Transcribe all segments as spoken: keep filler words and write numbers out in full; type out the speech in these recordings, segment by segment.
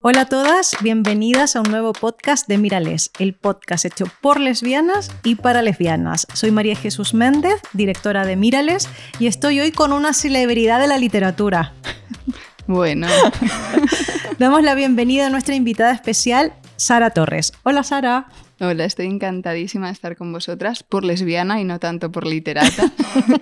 Hola a todas, bienvenidas a un nuevo podcast de Mírales, el podcast hecho por lesbianas y para lesbianas. Soy María Jesús Méndez, directora de Mírales, y estoy hoy con una celebridad de la literatura. Bueno. Damos la bienvenida a nuestra invitada especial, Sara Torres. Hola, Sara. Hola, estoy encantadísima de estar con vosotras, por lesbiana y no tanto por literata.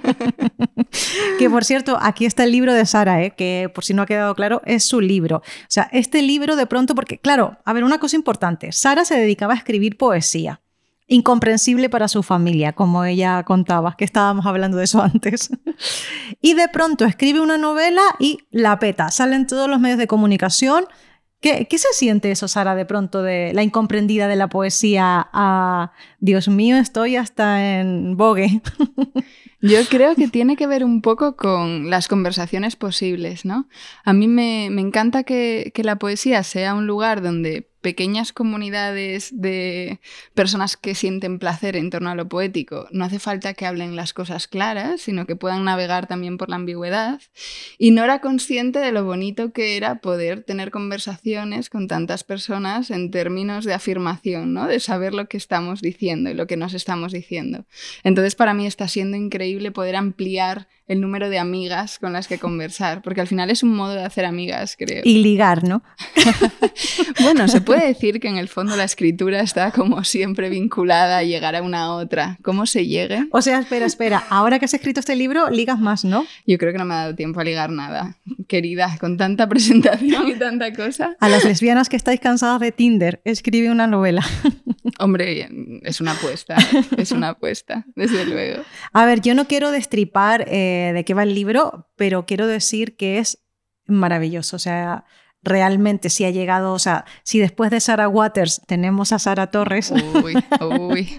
Que por cierto, aquí está el libro de Sara, ¿eh? Que por si no ha quedado claro, es su libro. O sea, este libro de pronto, porque claro, a ver, una cosa importante, Sara se dedicaba a escribir poesía, incomprensible para su familia, como ella contaba, que estábamos hablando de eso antes. Y de pronto escribe una novela y la peta, sale en todos los medios de comunicación. ¿Qué, ¿Qué se siente eso, Sara, de pronto de la incomprendida de la poesía a Dios mío, estoy hasta en Vogue? Yo creo que tiene que ver un poco con las conversaciones posibles, ¿no? A mí me, me encanta que, que la poesía sea un lugar donde pequeñas comunidades de personas que sienten placer en torno a lo poético, no hace falta que hablen las cosas claras, sino que puedan navegar también por la ambigüedad. Y no era consciente de lo bonito que era poder tener conversaciones con tantas personas en términos de afirmación, ¿no? De saber lo que estamos diciendo y lo que nos estamos diciendo. Entonces, para mí está siendo increíble poder ampliar el número de amigas con las que conversar, porque al final es un modo de hacer amigas, creo. Y ligar, ¿no? Bueno, se puede decir que en el fondo la escritura está como siempre vinculada a llegar a una otra. ¿Cómo se llegue? O sea, espera, espera. Ahora que has escrito este libro, ligas más, ¿no? Yo creo que no me ha dado tiempo a ligar nada. Querida, con tanta presentación y tanta cosa. A las lesbianas que estáis cansadas de Tinder, escribe una novela. Hombre, es una apuesta, es una apuesta, desde luego. A ver, yo no quiero destripar eh, de qué va el libro, pero quiero decir que es maravilloso. O sea, realmente si ha llegado, o sea, si después de Sarah Waters tenemos a Sara Torres, uy, uy.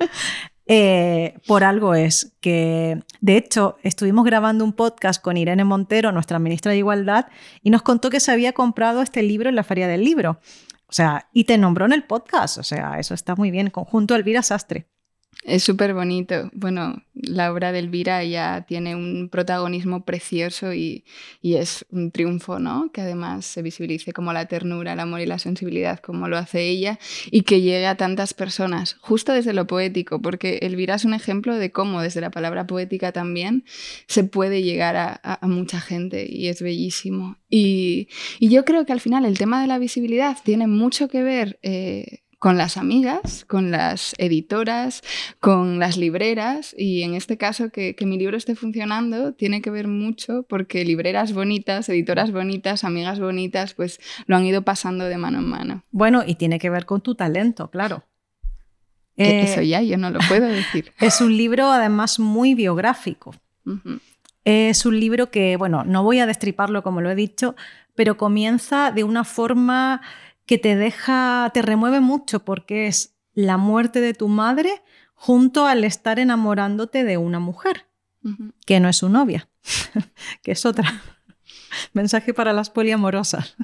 eh, por algo es que, de hecho, estuvimos grabando un podcast con Irene Montero, nuestra ministra de Igualdad, y nos contó que se había comprado este libro en la Feria del Libro. O sea, y te nombró en el podcast, o sea, eso está muy bien, junto a Elvira Sastre. Es súper bonito. Bueno, la obra de Elvira ya tiene un protagonismo precioso y, y es un triunfo, ¿no? Que además se visibilice como la ternura, el amor y la sensibilidad como lo hace ella y que llegue a tantas personas, justo desde lo poético, porque Elvira es un ejemplo de cómo desde la palabra poética también se puede llegar a, a, a mucha gente y es bellísimo. Y, y yo creo que al final el tema de la visibilidad tiene mucho que ver eh, con las amigas, con las editoras, con las libreras, y en este caso que, que mi libro esté funcionando tiene que ver mucho porque libreras bonitas, editoras bonitas, amigas bonitas, pues lo han ido pasando de mano en mano. Bueno, y tiene que ver con tu talento, claro. Eh, Eso ya yo no lo puedo decir. Es un libro además muy biográfico. Uh-huh. Es un libro que, bueno, no voy a destriparlo como lo he dicho, pero comienza de una forma que te deja, te remueve mucho porque es la muerte de tu madre junto al estar enamorándote de una mujer, uh-huh. que no es su novia, que es otra. Mensaje para las poliamorosas.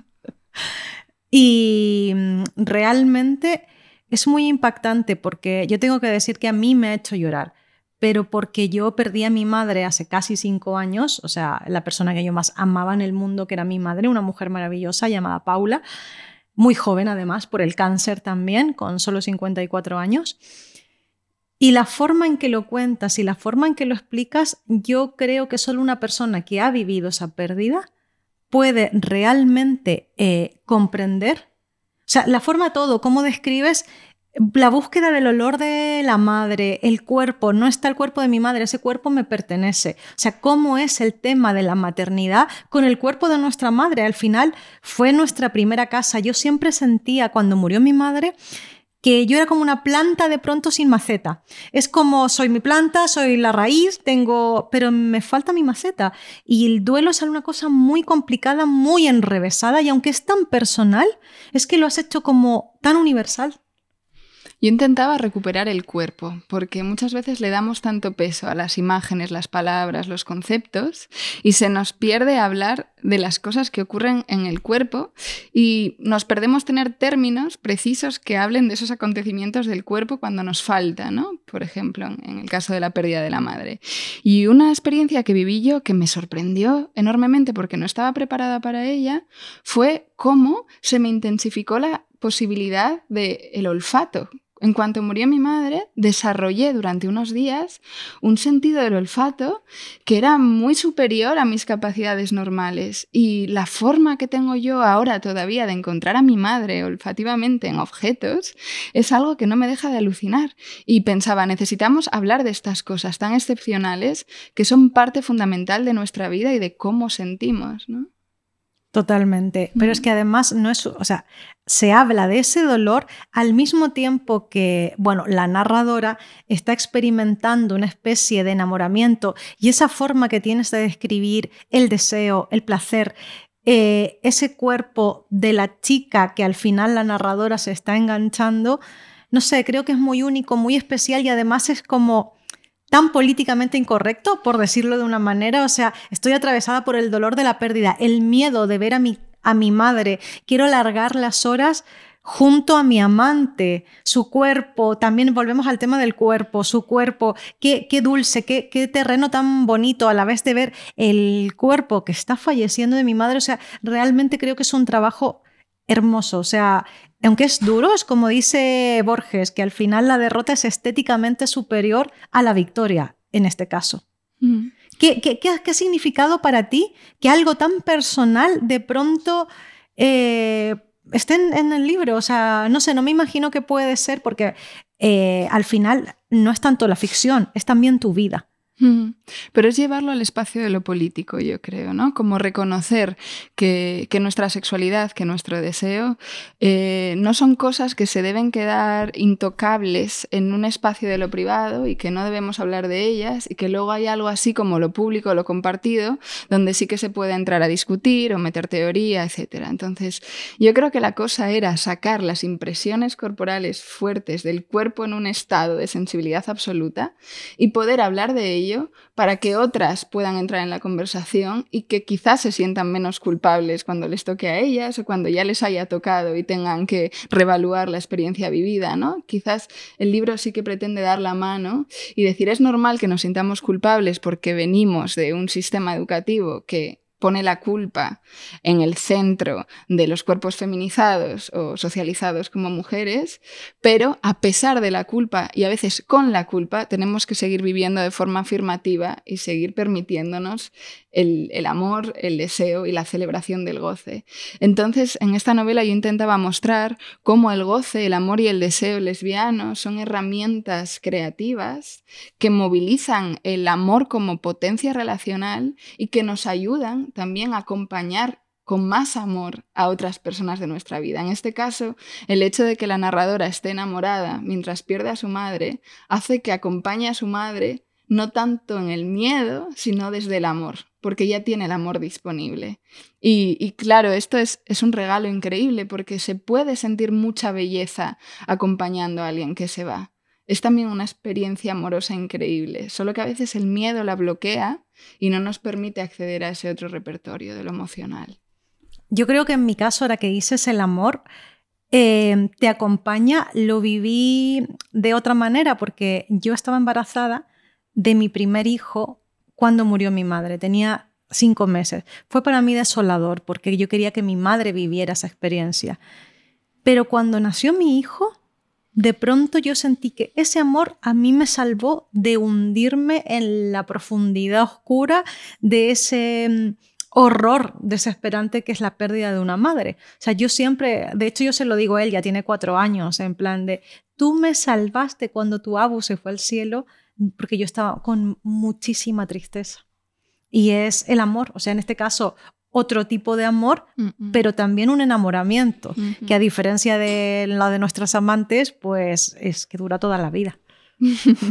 Y realmente es muy impactante porque yo tengo que decir que a mí me ha hecho llorar, pero porque yo perdí a mi madre hace casi cinco años, o sea, la persona que yo más amaba en el mundo, que era mi madre, una mujer maravillosa llamada Paula, muy joven además, por el cáncer también, con solo cincuenta y cuatro años. Y la forma en que lo cuentas y la forma en que lo explicas, yo creo que solo una persona que ha vivido esa pérdida puede realmente eh, comprender. O sea, la forma todo, cómo describes la búsqueda del olor de la madre, el cuerpo, no está el cuerpo de mi madre, ese cuerpo me pertenece. O sea, cómo es el tema de la maternidad con el cuerpo de nuestra madre. Al final fue nuestra primera casa. Yo siempre sentía cuando murió mi madre que yo era como una planta de pronto sin maceta. Es como soy mi planta, soy la raíz, tengo, pero me falta mi maceta. Y el duelo es una cosa muy complicada, muy enrevesada, y aunque es tan personal, es que lo has hecho como tan universal. Yo intentaba recuperar el cuerpo, porque muchas veces le damos tanto peso a las imágenes, las palabras, los conceptos, y se nos pierde hablar de las cosas que ocurren en el cuerpo y nos perdemos tener términos precisos que hablen de esos acontecimientos del cuerpo cuando nos falta, ¿no? Por ejemplo, en el caso de la pérdida de la madre. Y una experiencia que viví yo que me sorprendió enormemente porque no estaba preparada para ella fue cómo se me intensificó la posibilidad del olfato. En cuanto murió mi madre, desarrollé durante unos días un sentido del olfato que era muy superior a mis capacidades normales. Y la forma que tengo yo ahora todavía de encontrar a mi madre olfativamente en objetos es algo que no me deja de alucinar. Y pensaba, necesitamos hablar de estas cosas tan excepcionales que son parte fundamental de nuestra vida y de cómo sentimos, ¿no? Totalmente, pero es que además no es, o sea, se habla de ese dolor al mismo tiempo que, bueno, la narradora está experimentando una especie de enamoramiento y esa forma que tienes de describir el deseo, el placer, eh, ese cuerpo de la chica que al final la narradora se está enganchando, no sé, creo que es muy único, muy especial y además es como tan políticamente incorrecto, por decirlo de una manera. O sea, estoy atravesada por el dolor de la pérdida, el miedo de ver a mi, a mi madre. Quiero alargar las horas junto a mi amante, su cuerpo. También volvemos al tema del cuerpo, su cuerpo. Qué, qué dulce, qué, qué terreno tan bonito a la vez de ver el cuerpo que está falleciendo de mi madre. O sea, realmente creo que es un trabajo hermoso. O sea, aunque es duro, es como dice Borges, que al final la derrota es estéticamente superior a la victoria, en este caso. Mm. ¿Qué, qué, qué, ¿Qué ha significado para ti que algo tan personal de pronto eh, esté en, en el libro? O sea, no sé, no me imagino qué puede ser, porque eh, al final no es tanto la ficción, es también tu vida. Pero es llevarlo al espacio de lo político, yo creo, ¿no? Como reconocer que, que nuestra sexualidad, que nuestro deseo, eh, no son cosas que se deben quedar intocables en un espacio de lo privado y que no debemos hablar de ellas, y que luego hay algo así como lo público, lo compartido, donde sí que se puede entrar a discutir o meter teoría, etcétera. Entonces, yo creo que la cosa era sacar las impresiones corporales fuertes del cuerpo en un estado de sensibilidad absoluta y poder hablar de ello para que otras puedan entrar en la conversación y que quizás se sientan menos culpables cuando les toque a ellas o cuando ya les haya tocado y tengan que reevaluar la experiencia vivida, ¿no? Quizás el libro sí que pretende dar la mano y decir, es normal que nos sintamos culpables porque venimos de un sistema educativo que pone la culpa en el centro de los cuerpos feminizados o socializados como mujeres, pero a pesar de la culpa y a veces con la culpa tenemos que seguir viviendo de forma afirmativa y seguir permitiéndonos el, el amor, el deseo y la celebración del goce. Entonces, en esta novela yo intentaba mostrar cómo el goce, el amor y el deseo lesbiano son herramientas creativas que movilizan el amor como potencia relacional y que nos ayudan también a acompañar con más amor a otras personas de nuestra vida. En este caso, el hecho de que la narradora esté enamorada mientras pierde a su madre hace que acompañe a su madre no tanto en el miedo, sino desde el amor, porque ya tiene el amor disponible. Y, y claro, esto es, es un regalo increíble porque se puede sentir mucha belleza acompañando a alguien que se va. Es también una experiencia amorosa increíble, solo que a veces el miedo la bloquea y no nos permite acceder a ese otro repertorio de lo emocional. Yo creo que en mi caso, ahora que dices el amor, eh, te acompaña, lo viví de otra manera porque yo estaba embarazada de mi primer hijo cuando murió mi madre, tenía cinco meses. Fue para mí desolador porque yo quería que mi madre viviera esa experiencia. Pero cuando nació mi hijo, de pronto yo sentí que ese amor a mí me salvó de hundirme en la profundidad oscura de ese horror desesperante que es la pérdida de una madre. O sea, yo siempre, de hecho yo se lo digo a él, ya tiene cuatro años, en plan de, tú me salvaste cuando tu abu se fue al cielo, porque yo estaba con muchísima tristeza. Y es el amor, o sea, en este caso, otro tipo de amor, uh-uh. pero también un enamoramiento, uh-huh. que a diferencia de la de nuestras amantes, pues es que dura toda la vida.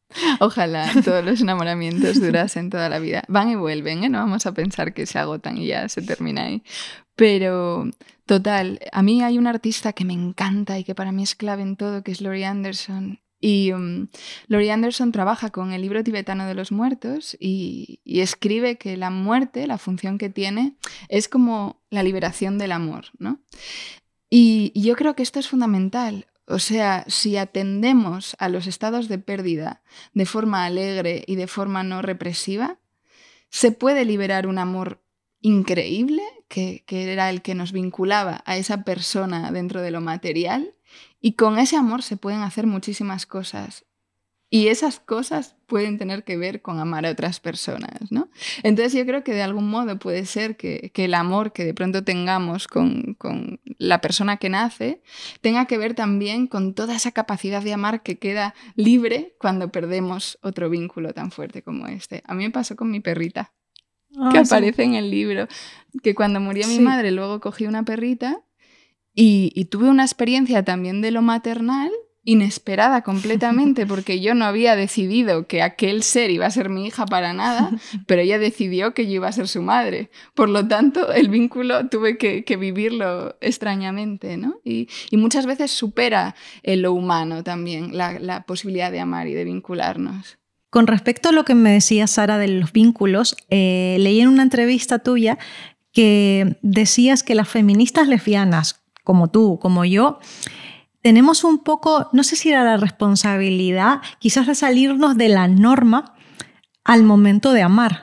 Ojalá todos los enamoramientos durasen toda la vida. Van y vuelven, ¿eh? No vamos a pensar que se agotan y ya se termina ahí. Pero, total, a mí hay un artista que me encanta y que para mí es clave en todo, que es Laurie Anderson. Y um, Laurie Anderson trabaja con el libro tibetano de los muertos y, y escribe que la muerte, la función que tiene, es como la liberación del amor, ¿no? Y, y yo creo que esto es fundamental. O sea, si atendemos a los estados de pérdida de forma alegre y de forma no represiva, se puede liberar un amor increíble, que, que era el que nos vinculaba a esa persona dentro de lo material, y con ese amor se pueden hacer muchísimas cosas. Y esas cosas pueden tener que ver con amar a otras personas, ¿no? Entonces yo creo que de algún modo puede ser que, que el amor que de pronto tengamos con, con la persona que nace tenga que ver también con toda esa capacidad de amar que queda libre cuando perdemos otro vínculo tan fuerte como este. A mí me pasó con mi perrita, oh, que aparece sí. en el libro, que cuando murió sí. mi madre luego cogí una perrita y, y tuve una experiencia también de lo maternal inesperada completamente, porque yo no había decidido que aquel ser iba a ser mi hija para nada, pero ella decidió que yo iba a ser su madre. Por lo tanto, el vínculo tuve que, que vivirlo extrañamente, ¿no? Y, y muchas veces supera en lo humano también, la, la posibilidad de amar y de vincularnos. Con respecto a lo que me decía Sara de los vínculos, eh, leí en una entrevista tuya que decías que las feministas lesbianas, como tú, como yo, tenemos un poco, no sé si era la responsabilidad, quizás de salirnos de la norma al momento de amar.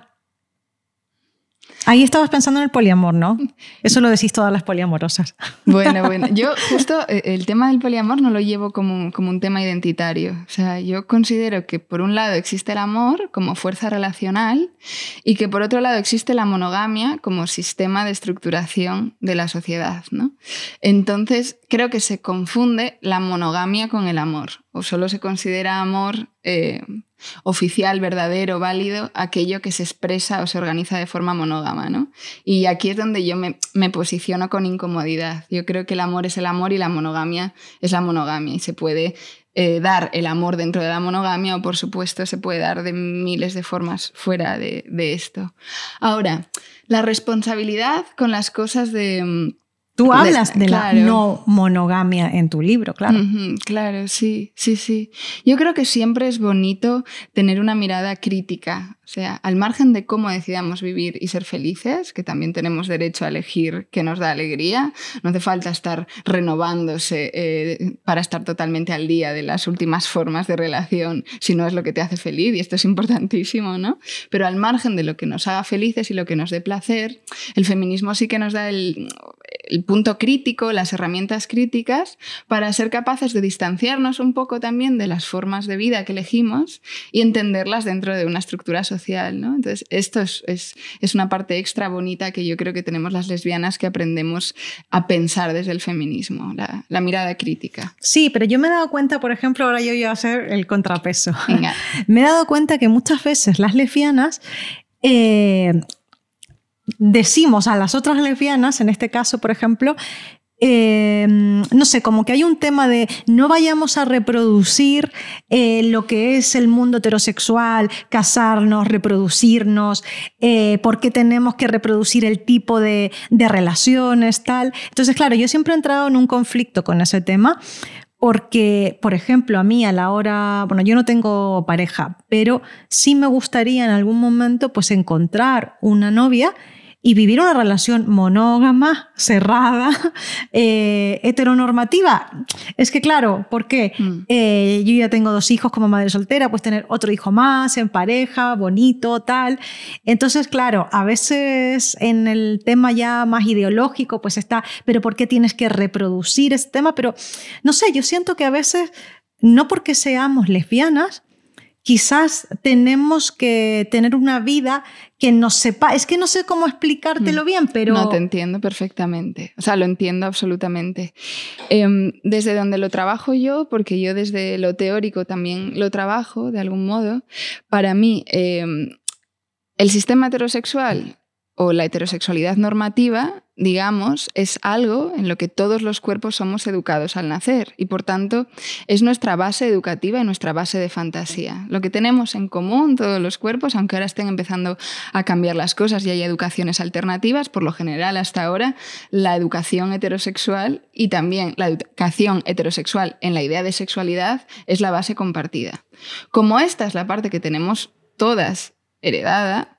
Ahí estabas pensando en el poliamor, ¿no? Eso lo decís todas las poliamorosas. Bueno, bueno. Yo justo el tema del poliamor no lo llevo como un, como un tema identitario. O sea, yo considero que por un lado existe el amor como fuerza relacional y que por otro lado existe la monogamia como sistema de estructuración de la sociedad, ¿no? Entonces, creo que se confunde la monogamia con el amor. O solo se considera amor eh, oficial, verdadero, válido, aquello que se expresa o se organiza de forma monógama, ¿no? Y aquí es donde yo me, me posiciono con incomodidad. Yo creo que el amor es el amor y la monogamia es la monogamia. Y se puede eh, dar el amor dentro de la monogamia o, por supuesto, se puede dar de miles de formas fuera de, de esto. Ahora, la responsabilidad con las cosas de... Tú hablas de, de claro. la no monogamia en tu libro, claro. Uh-huh, claro, sí, sí, sí. Yo creo que siempre es bonito tener una mirada crítica. O sea, al margen de cómo decidamos vivir y ser felices, que también tenemos derecho a elegir qué nos da alegría, no hace falta estar renovándose eh, para estar totalmente al día de las últimas formas de relación, si no es lo que te hace feliz, y esto es importantísimo, ¿no? Pero al margen de lo que nos haga felices y lo que nos dé placer, el feminismo sí que nos da el... el punto crítico, las herramientas críticas para ser capaces de distanciarnos un poco también de las formas de vida que elegimos y entenderlas dentro de una estructura social, ¿no? Entonces, esto es, es, es una parte extra bonita que yo creo que tenemos las lesbianas que aprendemos a pensar desde el feminismo, la, la mirada crítica. Sí, pero yo me he dado cuenta, por ejemplo, ahora yo iba a hacer el contrapeso. Venga. Me he dado cuenta que muchas veces las lesbianas... Eh, decimos a las otras lesbianas, en este caso, por ejemplo, eh, no sé, como que hay un tema de no vayamos a reproducir eh, lo que es el mundo heterosexual, casarnos, reproducirnos, eh, por qué tenemos que reproducir el tipo de, de relaciones, tal. Entonces, claro, yo siempre he entrado en un conflicto con ese tema. Porque, por ejemplo, a mí a la hora... Bueno, yo no tengo pareja, pero sí me gustaría en algún momento pues, encontrar una novia y vivir una relación monógama, cerrada, eh, heteronormativa. Es que claro, ¿por qué? Mm. Eh, yo ya tengo dos hijos como madre soltera, pues tener otro hijo más en pareja, bonito, tal. Entonces, claro, a veces en el tema ya más ideológico pues está, pero ¿por qué tienes que reproducir este tema? Pero no sé, yo siento que a veces, no porque seamos lesbianas, quizás tenemos que tener una vida que nos sepa... Es que no sé cómo explicártelo bien, pero... No, te entiendo perfectamente. O sea, lo entiendo absolutamente. Eh, desde donde lo trabajo yo, porque yo desde lo teórico también lo trabajo, de algún modo, para mí eh, el sistema heterosexual o la heterosexualidad normativa digamos, es algo en lo que todos los cuerpos somos educados al nacer y, por tanto, es nuestra base educativa y nuestra base de fantasía. Lo que tenemos en común todos los cuerpos, aunque ahora estén empezando a cambiar las cosas y hay educaciones alternativas, por lo general hasta ahora la educación heterosexual y también la educación heterosexual en la idea de sexualidad es la base compartida. Como esta es la parte que tenemos todas heredada,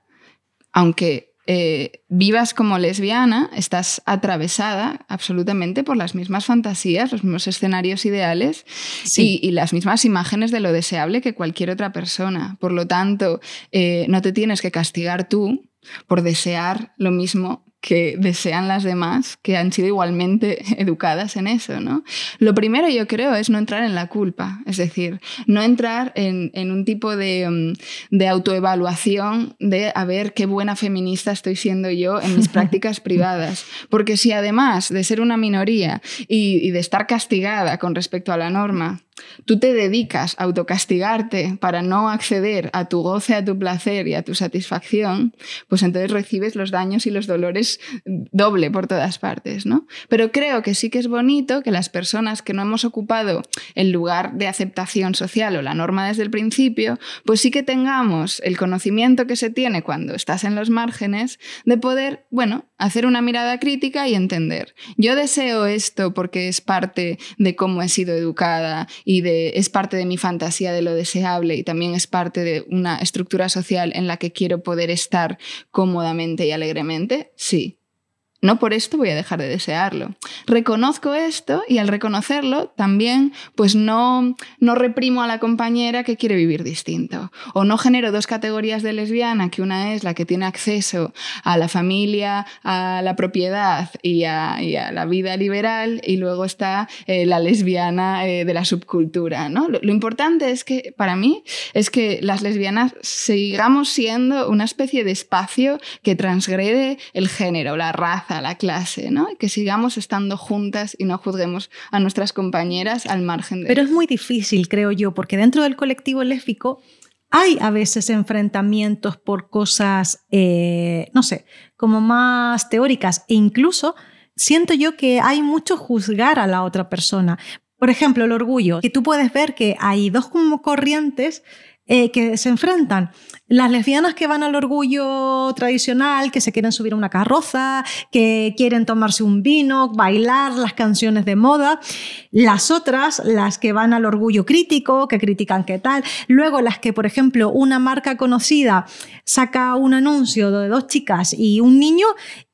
aunque Eh, vivas como lesbiana, estás atravesada absolutamente por las mismas fantasías, los mismos escenarios ideales sí. y, y las mismas imágenes de lo deseable que cualquier otra persona. Por lo tanto, eh, no te tienes que castigar tú por desear lo mismo que desean las demás, que han sido igualmente educadas en eso, ¿no? Lo primero, yo creo, es no entrar en la culpa, es decir, no entrar en, en un tipo de, de autoevaluación de a ver qué buena feminista estoy siendo yo en mis prácticas privadas, porque si además de ser una minoría y, y de estar castigada con respecto a la norma, tú te dedicas a autocastigarte para no acceder a tu goce, a tu placer y a tu satisfacción, pues entonces recibes los daños y los dolores doble por todas partes, ¿no? Pero creo que sí que es bonito que las personas que no hemos ocupado el lugar de aceptación social o la norma desde el principio, pues sí que tengamos el conocimiento que se tiene cuando estás en los márgenes de poder, bueno, hacer una mirada crítica y entender. Yo deseo esto porque es parte de cómo he sido educada y de, es parte de mi fantasía de lo deseable y también es parte de una estructura social en la que quiero poder estar cómodamente y alegremente, sí. No por esto voy a dejar de desearlo. Reconozco esto y al reconocerlo también pues no, no reprimo a la compañera que quiere vivir distinto. O no genero dos categorías de lesbiana, que una es la que tiene acceso a la familia, a la propiedad y a, y a la vida liberal, y luego está eh, la lesbiana eh, de la subcultura, ¿no? Lo, lo importante es que, para mí, es que las lesbianas sigamos siendo una especie de espacio que transgrede el género, la raza, la clase, ¿no? Y que sigamos estando juntas y no juzguemos a nuestras compañeras al margen de... Pero es muy difícil, creo yo, porque dentro del colectivo lésbico hay a veces enfrentamientos por cosas, eh, no sé, como más teóricas, e incluso siento yo que hay mucho juzgar a la otra persona. Por ejemplo, el orgullo, que tú puedes ver que hay dos como corrientes Eh, que se enfrentan. Las lesbianas que van al orgullo tradicional, que se quieren subir a una carroza, que quieren tomarse un vino, bailar las canciones de moda. Las otras, las que van al orgullo crítico, que critican qué tal. Luego las que, por ejemplo, una marca conocida saca un anuncio de dos chicas y un niño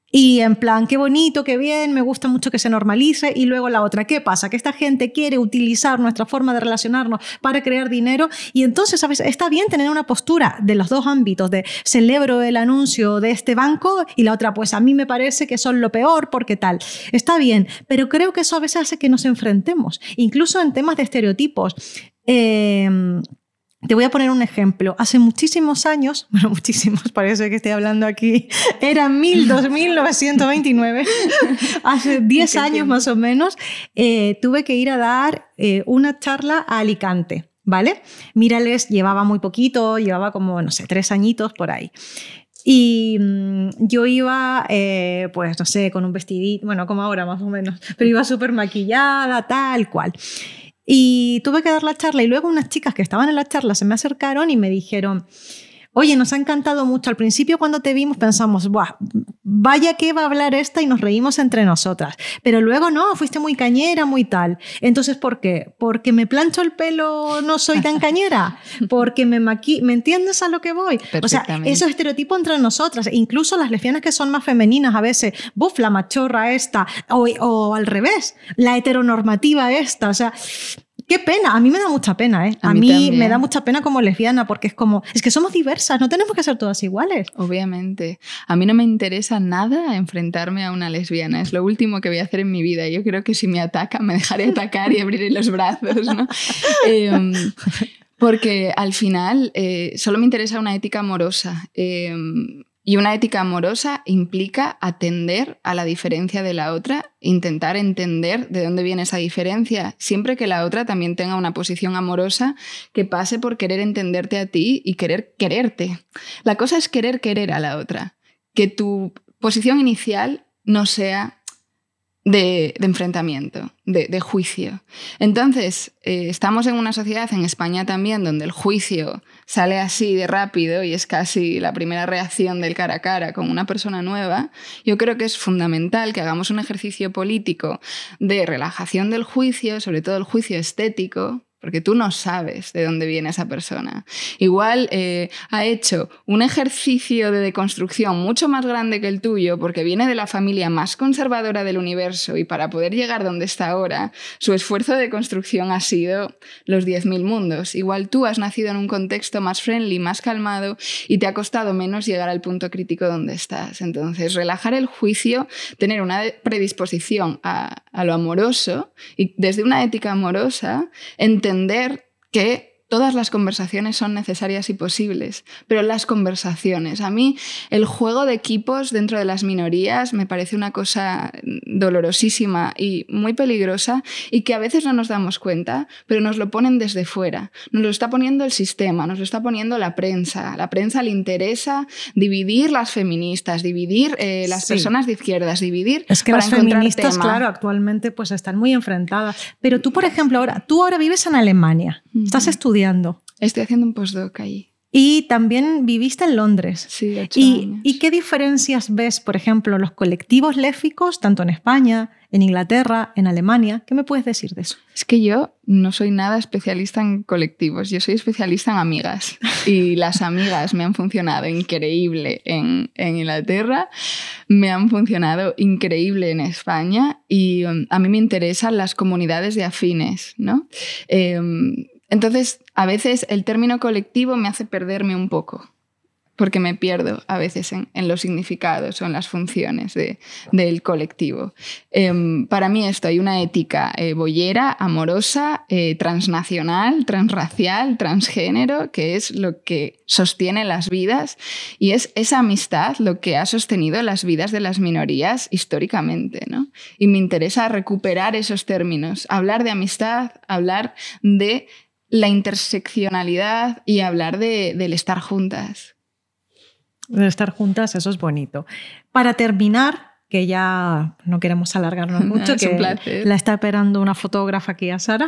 y en plan, qué bonito, qué bien, me gusta mucho que se normalice. Y luego la otra, ¿qué pasa? Que esta gente quiere utilizar nuestra forma de relacionarnos para crear dinero y entonces, ¿sabes? Está bien tener una postura de los dos ámbitos, de celebro el anuncio de este banco y la otra, pues a mí me parece que son lo peor porque tal. Está bien, pero creo que eso a veces hace que nos enfrentemos, incluso en temas de estereotipos. Eh... Te voy a poner un ejemplo. Hace muchísimos años, bueno, muchísimos, parece que estoy hablando aquí, era mil, dos mil novecientos veintinueve, hace diez años más o menos, eh, tuve que ir a dar eh, una charla a Alicante, ¿vale? Mírales, llevaba muy poquito, llevaba como, no sé, tres añitos por ahí. Y mmm, yo iba, eh, pues no sé, con un vestidito, bueno, como ahora más o menos, pero iba súper maquillada, tal cual. Y tuve que dar la charla y luego unas chicas que estaban en la charla se me acercaron y me dijeron, oye, nos ha encantado mucho. Al principio cuando te vimos pensamos, Buah, vaya que va a hablar esta y nos reímos entre nosotras. Pero luego no, fuiste muy cañera, muy tal. Entonces, ¿por qué? ¿Porque me plancho el pelo no soy tan cañera? ¿Porque me maquillo? ¿Me entiendes a lo que voy? O sea, esos estereotipos entre nosotras, incluso las lesbianas que son más femeninas a veces, buf, la machorra esta, o, o al revés, la heteronormativa esta, o sea... Qué pena, a mí me da mucha pena, ¿eh? A, a mí, mí me da mucha pena como lesbiana porque es como, es que somos diversas, no tenemos que ser todas iguales. Obviamente. A mí no me interesa nada enfrentarme a una lesbiana, es lo último que voy a hacer en mi vida. Yo creo que si me ataca me dejaré atacar y abriré los brazos, ¿no? eh, porque al final eh, solo me interesa una ética amorosa. Eh, Y una ética amorosa implica atender a la diferencia de la otra, intentar entender de dónde viene esa diferencia, siempre que la otra también tenga una posición amorosa que pase por querer entenderte a ti y querer quererte. La cosa es querer querer a la otra, que tu posición inicial no sea de, de enfrentamiento, de, de juicio. Entonces, eh, estamos en una sociedad, en España también, donde el juicio sale así de rápido y es casi la primera reacción del cara a cara con una persona nueva. Yo creo que es fundamental que hagamos un ejercicio político de relajación del juicio, sobre todo el juicio estético, porque tú no sabes de dónde viene esa persona. Igual eh, ha hecho un ejercicio de deconstrucción mucho más grande que el tuyo, porque viene de la familia más conservadora del universo y para poder llegar donde está ahora, su esfuerzo de deconstrucción ha sido los diez mil mundos. Igual tú has nacido en un contexto más friendly, más calmado y te ha costado menos llegar al punto crítico donde estás. Entonces, relajar el juicio, tener una predisposición a, a lo amoroso y desde una ética amorosa, entender entender que todas las conversaciones son necesarias y posibles, pero las conversaciones. A mí el juego de equipos dentro de las minorías me parece una cosa dolorosísima y muy peligrosa y que a veces no nos damos cuenta, pero nos lo ponen desde fuera. Nos lo está poniendo el sistema, nos lo está poniendo la prensa. A la prensa le interesa dividir las feministas, dividir eh, las sí. personas de izquierdas, dividir es que para las encontrar feministas, tema. Claro, actualmente pues están muy enfrentadas. Pero tú, por ejemplo, ahora, tú ahora vives en Alemania, uh-huh. estás estudiando. Estoy haciendo un postdoc allí. Y también viviste en Londres. Sí, ocho y, años. ¿Y qué diferencias ves, por ejemplo, los colectivos lésbicos, tanto en España, en Inglaterra, en Alemania? ¿Qué me puedes decir de eso? Es que yo no soy nada especialista en colectivos, yo soy especialista en amigas. Y las amigas me han funcionado increíble en, en Inglaterra, me han funcionado increíble en España y um, a mí me interesan las comunidades de afines, ¿no? Eh, Entonces, a veces el término colectivo me hace perderme un poco, porque me pierdo a veces en, en los significados o en las funciones de, del colectivo. Eh, para mí esto hay una ética eh, boyera, amorosa, eh, transnacional, transracial, transgénero, que es lo que sostiene las vidas y es esa amistad lo que ha sostenido las vidas de las minorías históricamente, ¿no? Y me interesa recuperar esos términos, hablar de amistad, hablar de la interseccionalidad y hablar de, del estar juntas. De estar juntas, eso es bonito. Para terminar, que ya no queremos alargarnos mucho, es que un placer. La está esperando una fotógrafa aquí a Sara,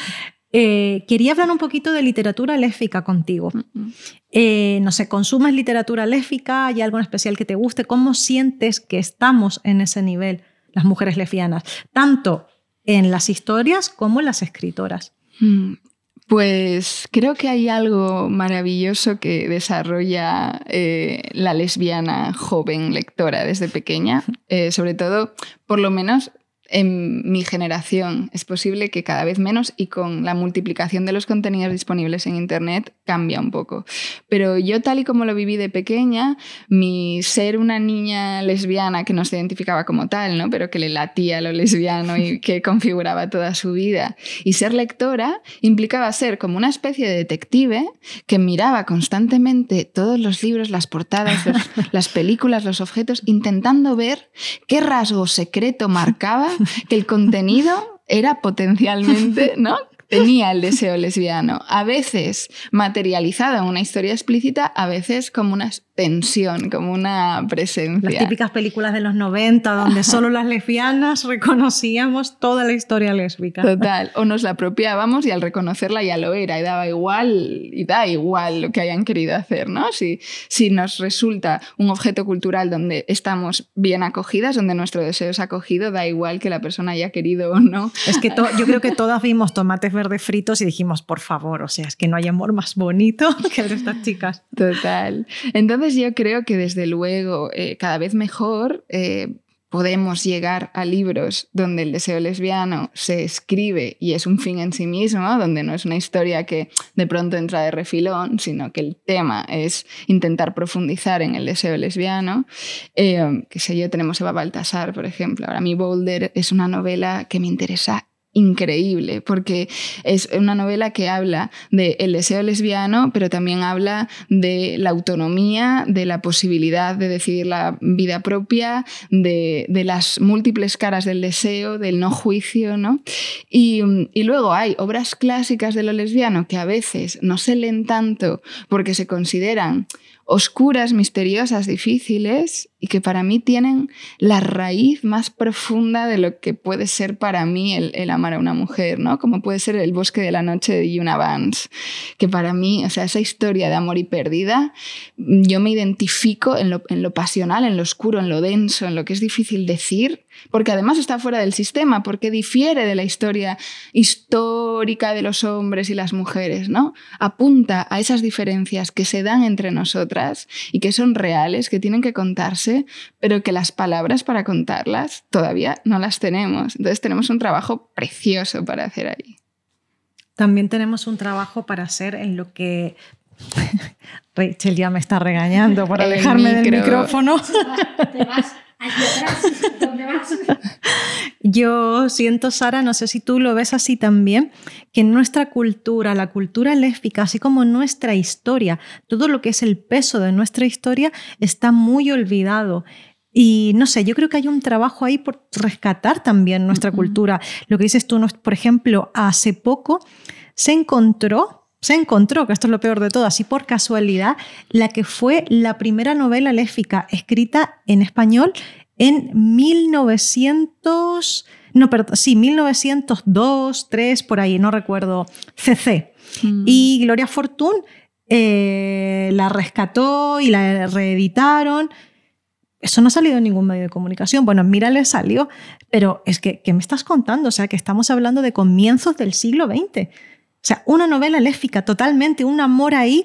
eh, quería hablar un poquito de literatura lésbica contigo. Uh-huh. Eh, no sé, ¿consumes literatura lésbica? ¿Hay algo en especial que te guste? ¿Cómo sientes que estamos en ese nivel, las mujeres lesbianas? Tanto en las historias como en las escritoras. Mm. Pues creo que hay algo maravilloso que desarrolla eh, la lesbiana joven lectora desde pequeña, eh, sobre todo, por lo menos en mi generación. Es posible que cada vez menos y con la multiplicación de los contenidos disponibles en Internet cambia un poco. Pero yo, tal y como lo viví de pequeña, mi ser una niña lesbiana que no se identificaba como tal, ¿no? Pero que le latía lo lesbiano y que configuraba toda su vida, y ser lectora implicaba ser como una especie de detective que miraba constantemente todos los libros, las portadas, los, las películas, los objetos, intentando ver qué rasgo secreto marcaba que el contenido era potencialmente, ¿no? Tenía el deseo lesbiano, a veces materializado en una historia explícita, a veces como una tensión, como una presencia. Las típicas películas de los noventa, donde solo las lesbianas reconocíamos toda la historia lésbica. Total, o nos la apropiábamos y al reconocerla ya lo era, y daba igual, y da igual lo que hayan querido hacer, ¿no? Si, si nos resulta un objeto cultural donde estamos bien acogidas, donde nuestro deseo es acogido, da igual que la persona haya querido o no. Es que to- yo creo que todas vimos tomates verdes fritos y dijimos, por favor, o sea, es que no hay amor más bonito que el de estas chicas. Total. Entonces yo creo que desde luego eh, cada vez mejor eh, podemos llegar a libros donde el deseo lesbiano se escribe y es un fin en sí mismo, donde no es una historia que de pronto entra de refilón, sino que el tema es intentar profundizar en el deseo lesbiano. Eh, qué sé yo, tenemos Eva Baltasar, por ejemplo. Ahora, mi Boulder es una novela que me interesa increíble, porque es una novela que habla del deseo lesbiano, pero también habla de la autonomía, de la posibilidad de decidir la vida propia, de, de las múltiples caras del deseo, del no juicio, ¿no? Y, y luego hay obras clásicas de lo lesbiano que a veces no se leen tanto porque se consideran oscuras, misteriosas, difíciles y que para mí tienen la raíz más profunda de lo que puede ser para mí el, el amar a una mujer, ¿no? Como puede ser El bosque de la noche de Yuna Vance, que para mí, o sea, esa historia de amor y pérdida, yo me identifico en lo, en lo pasional, en lo oscuro, en lo denso, en lo que es difícil decir, porque además está fuera del sistema, porque difiere de la historia histórica de los hombres y las mujeres, ¿no? Apunta a esas diferencias que se dan entre nosotras y que son reales, que tienen que contarse, pero que las palabras para contarlas todavía no las tenemos. Entonces tenemos un trabajo precioso para hacer ahí. También tenemos un trabajo para hacer en lo que... Rachel ya me está regañando por alejarme micro. del micrófono. Te vas hacia atrás. ¿Dónde vas? Yo siento, Sara, no sé si tú lo ves así también, que en nuestra cultura, la cultura lésbica, así como nuestra historia, todo lo que es el peso de nuestra historia está muy olvidado. Y no sé, yo creo que hay un trabajo ahí por rescatar también nuestra uh-huh. cultura. Lo que dices tú, por ejemplo, hace poco se encontró... Se encontró, que esto es lo peor de todo, así por casualidad, la que fue la primera novela lésbica escrita en español en mil novecientos... No, perdón, sí, mil novecientos dos, tres, por ahí, no recuerdo, C C. Mm. Y Gloria Fortune eh, la rescató y la reeditaron. Eso no ha salido en ningún medio de comunicación. Bueno, mira, le salió, pero es que, ¿qué me estás contando? O sea, que estamos hablando de comienzos del siglo veinte. O sea, una novela lésbica totalmente, un amor ahí,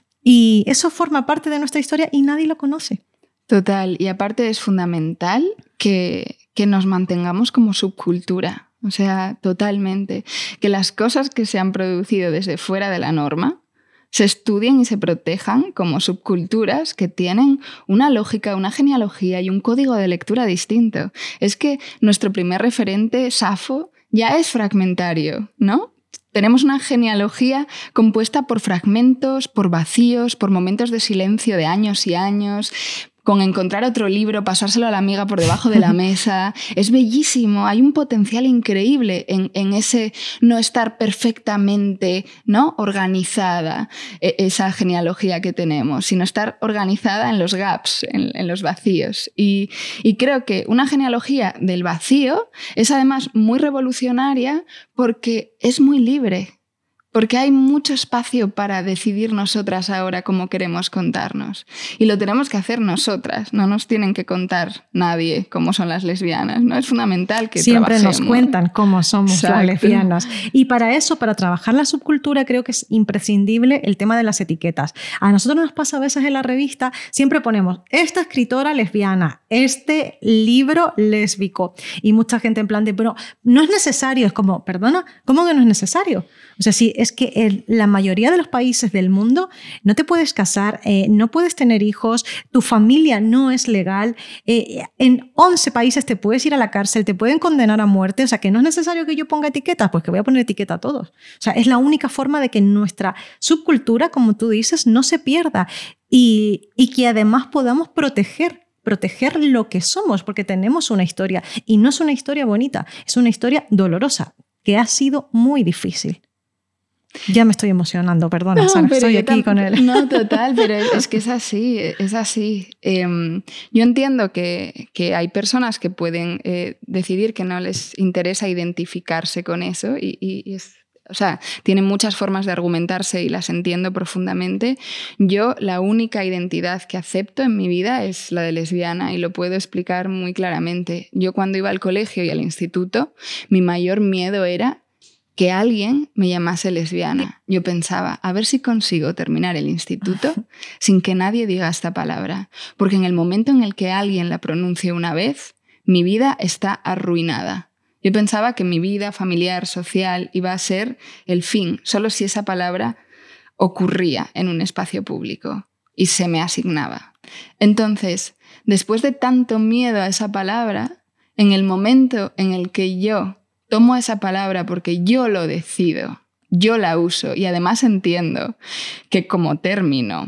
y eso forma parte de nuestra historia y nadie lo conoce. Total, y aparte es fundamental que, que nos mantengamos como subcultura, o sea, totalmente. Que las cosas que se han producido desde fuera de la norma se estudien y se protejan como subculturas que tienen una lógica, una genealogía y un código de lectura distinto. Es que nuestro primer referente, Safo, ya es fragmentario, ¿no? Tenemos una genealogía compuesta por fragmentos, por vacíos, por momentos de silencio de años y años, con encontrar otro libro, pasárselo a la amiga por debajo de la mesa. Es bellísimo, hay un potencial increíble en, en ese no estar perfectamente, ¿no?, organizada, esa genealogía que tenemos, sino estar organizada en los gaps, en, en los vacíos. Y, y creo que una genealogía del vacío es además muy revolucionaria porque es muy libre. Porque hay mucho espacio para decidir nosotras ahora cómo queremos contarnos. Y lo tenemos que hacer nosotras, no nos tienen que contar nadie cómo son las lesbianas, ¿no? Es fundamental que siempre trabajemos. Nos cuentan cómo somos Exacto. las lesbianas. Y para eso, para trabajar la subcultura, creo que es imprescindible el tema de las etiquetas. A nosotros nos pasa a veces en la revista, siempre ponemos esta escritora lesbiana, este libro lésbico. Y mucha gente en plan de, pero no es necesario. Es como, perdona, ¿cómo que no es necesario? O sea, sí, es que en la mayoría de los países del mundo no te puedes casar, eh, no puedes tener hijos, tu familia no es legal, eh, en once países te puedes ir a la cárcel, te pueden condenar a muerte, o sea, que no es necesario que yo ponga etiquetas, pues que voy a poner etiqueta a todos. O sea, es la única forma de que nuestra subcultura, como tú dices, no se pierda y, y que además podamos proteger proteger lo que somos, porque tenemos una historia y no es una historia bonita, es una historia dolorosa, que ha sido muy difícil. Ya me estoy emocionando, perdona, no, Sara, estoy aquí con él. No, total, pero es que es así, es así. Eh, yo entiendo que, que hay personas que pueden eh, decidir que no les interesa identificarse con eso y, y, y es... O sea, tienen muchas formas de argumentarse y las entiendo profundamente. Yo, la única identidad que acepto en mi vida es la de lesbiana y lo puedo explicar muy claramente. Yo cuando iba al colegio y al instituto, mi mayor miedo era que alguien me llamase lesbiana. Yo pensaba, a ver si consigo terminar el instituto sin que nadie diga esta palabra. Porque en el momento en el que alguien la pronuncie una vez, mi vida está arruinada. Yo pensaba que mi vida familiar, social, iba a ser el fin, solo si esa palabra ocurría en un espacio público y se me asignaba. Entonces, después de tanto miedo a esa palabra, en el momento en el que yo tomo esa palabra porque yo lo decido, yo la uso y además entiendo que como término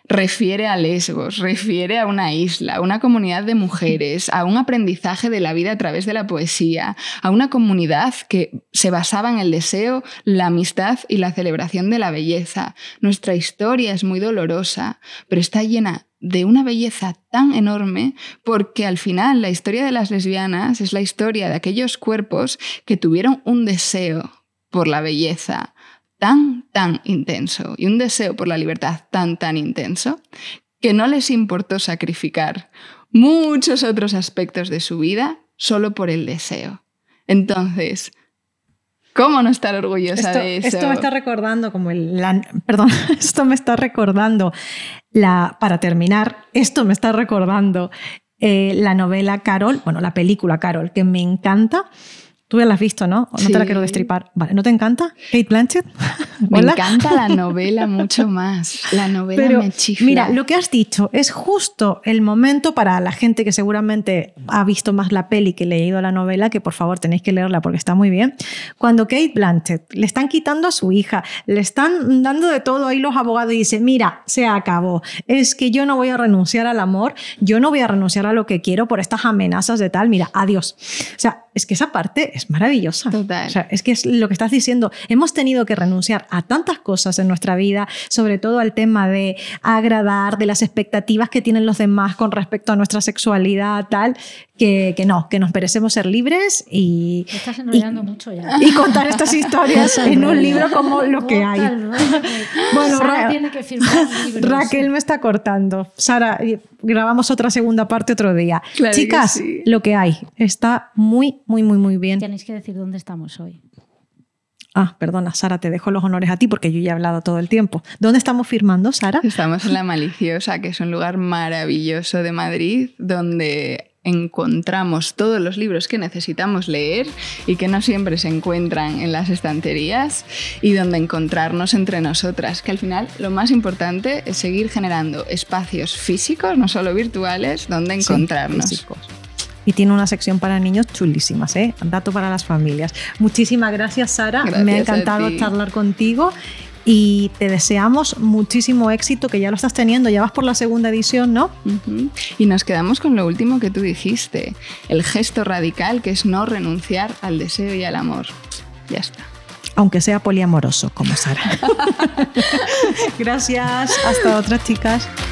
refiere a Lesbos, refiere a una isla, a una comunidad de mujeres, a un aprendizaje de la vida a través de la poesía, a una comunidad que se basaba en el deseo, la amistad y la celebración de la belleza. Nuestra historia es muy dolorosa, pero está llena de una belleza tan enorme porque al final la historia de las lesbianas es la historia de aquellos cuerpos que tuvieron un deseo por la belleza tan, tan intenso y un deseo por la libertad tan, tan intenso que no les importó sacrificar muchos otros aspectos de su vida solo por el deseo. Entonces, ¿cómo no estar orgullosa esto, de eso? Esto me está recordando como el... La, perdón, esto me está recordando, la, para terminar, esto me está recordando eh, la novela Carol, bueno, la película Carol, que me encanta. Tú ya la has visto, ¿no? No sí. te la quiero destripar. Vale, ¿no te encanta? Kate Blanchett. Me encanta la novela mucho más. La novela Pero, me chifla. Mira, lo que has dicho es justo el momento para la gente que seguramente ha visto más la peli que leído la novela, que por favor tenéis que leerla porque está muy bien. Cuando Kate Blanchett le están quitando a su hija, le están dando de todo ahí los abogados y dice, mira, se acabó. Es que yo no voy a renunciar al amor, yo no voy a renunciar a lo que quiero por estas amenazas de tal. Mira, adiós. O sea, es que esa parte es maravillosa. Total. O sea, es que es lo que estás diciendo. Hemos tenido que renunciar a tantas cosas en nuestra vida, sobre todo al tema de agradar, de las expectativas que tienen los demás con respecto a nuestra sexualidad, tal, que, que no, que nos merecemos ser libres y... Te estás enrollando mucho ya. Y contar estas historias en un libro como lo que hay. Bueno, Sara Ra tiene que firmar libros. Raquel me está cortando. Sara, grabamos otra segunda parte otro día. Claro. Chicas, sí. Lo que hay está muy, muy, muy, muy bien. Tenéis que decir dónde estamos hoy. Ah, perdona, Sara, te dejo los honores a ti porque yo ya he hablado todo el tiempo. ¿Dónde estamos firmando, Sara? Estamos en La Maliciosa, que es un lugar maravilloso de Madrid, donde encontramos todos los libros que necesitamos leer y que no siempre se encuentran en las estanterías, y donde encontrarnos entre nosotras, que al final lo más importante es seguir generando espacios físicos, no solo virtuales, donde encontrarnos. Sí, físicos. Y tiene una sección para niños chulísimas, ¿eh? Dato para las familias. Muchísimas gracias, Sara. Gracias. Me ha encantado charlar contigo y te deseamos muchísimo éxito, que ya lo estás teniendo. Ya vas por la segunda edición, ¿no? Uh-huh. Y nos quedamos con lo último que tú dijiste, el gesto radical, que es no renunciar al deseo y al amor. Ya está. Aunque sea poliamoroso, como Sara. Gracias. Hasta otra, chicas.